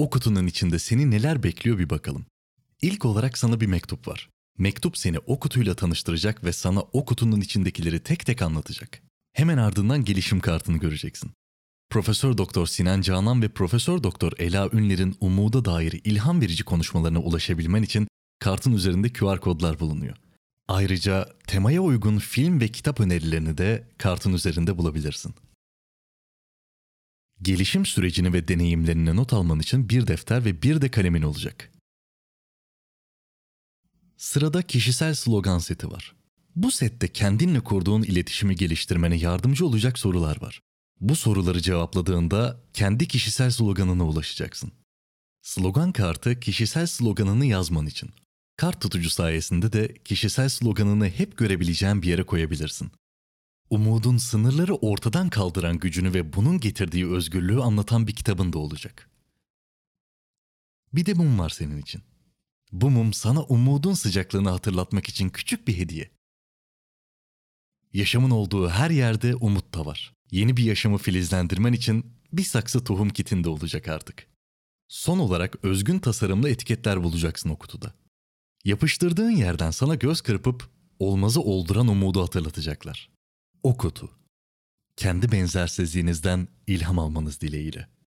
O kutunun içinde seni neler bekliyor bir bakalım. İlk olarak sana bir mektup var. Mektup seni o kutuyla tanıştıracak ve sana o kutunun içindekileri tek tek anlatacak. Hemen ardından gelişim kartını göreceksin. Profesör Doktor Sinan Canan ve Profesör Doktor Ela Ünler'in umuda dair ilham verici konuşmalarına ulaşabilmen için kartın üzerinde QR kodlar bulunuyor. Ayrıca temaya uygun film ve kitap önerilerini de kartın üzerinde bulabilirsin. Gelişim sürecini ve deneyimlerini not alman için bir defter ve bir de kalemin olacak. Sırada kişisel slogan seti var. Bu sette kendinle kurduğun iletişimi geliştirmene yardımcı olacak sorular var. Bu soruları cevapladığında kendi kişisel sloganına ulaşacaksın. Slogan kartı kişisel sloganını yazman için. Kart tutucu sayesinde de kişisel sloganını hep görebileceğin bir yere koyabilirsin. Umudun sınırları ortadan kaldıran gücünü ve bunun getirdiği özgürlüğü anlatan bir kitabın da olacak. Bir de mum var senin için. Bu mum sana umudun sıcaklığını hatırlatmak için küçük bir hediye. Yaşamın olduğu her yerde umut da var. Yeni bir yaşamı filizlendirmen için bir saksı tohum kitin de olacak artık. Son olarak özgün tasarımlı etiketler bulacaksın o kutuda. Yapıştırdığın yerden sana göz kırpıp olmazı olduran umudu hatırlatacaklar. O kutu. Kendi benzersizliğinizden ilham almanız dileğiyle.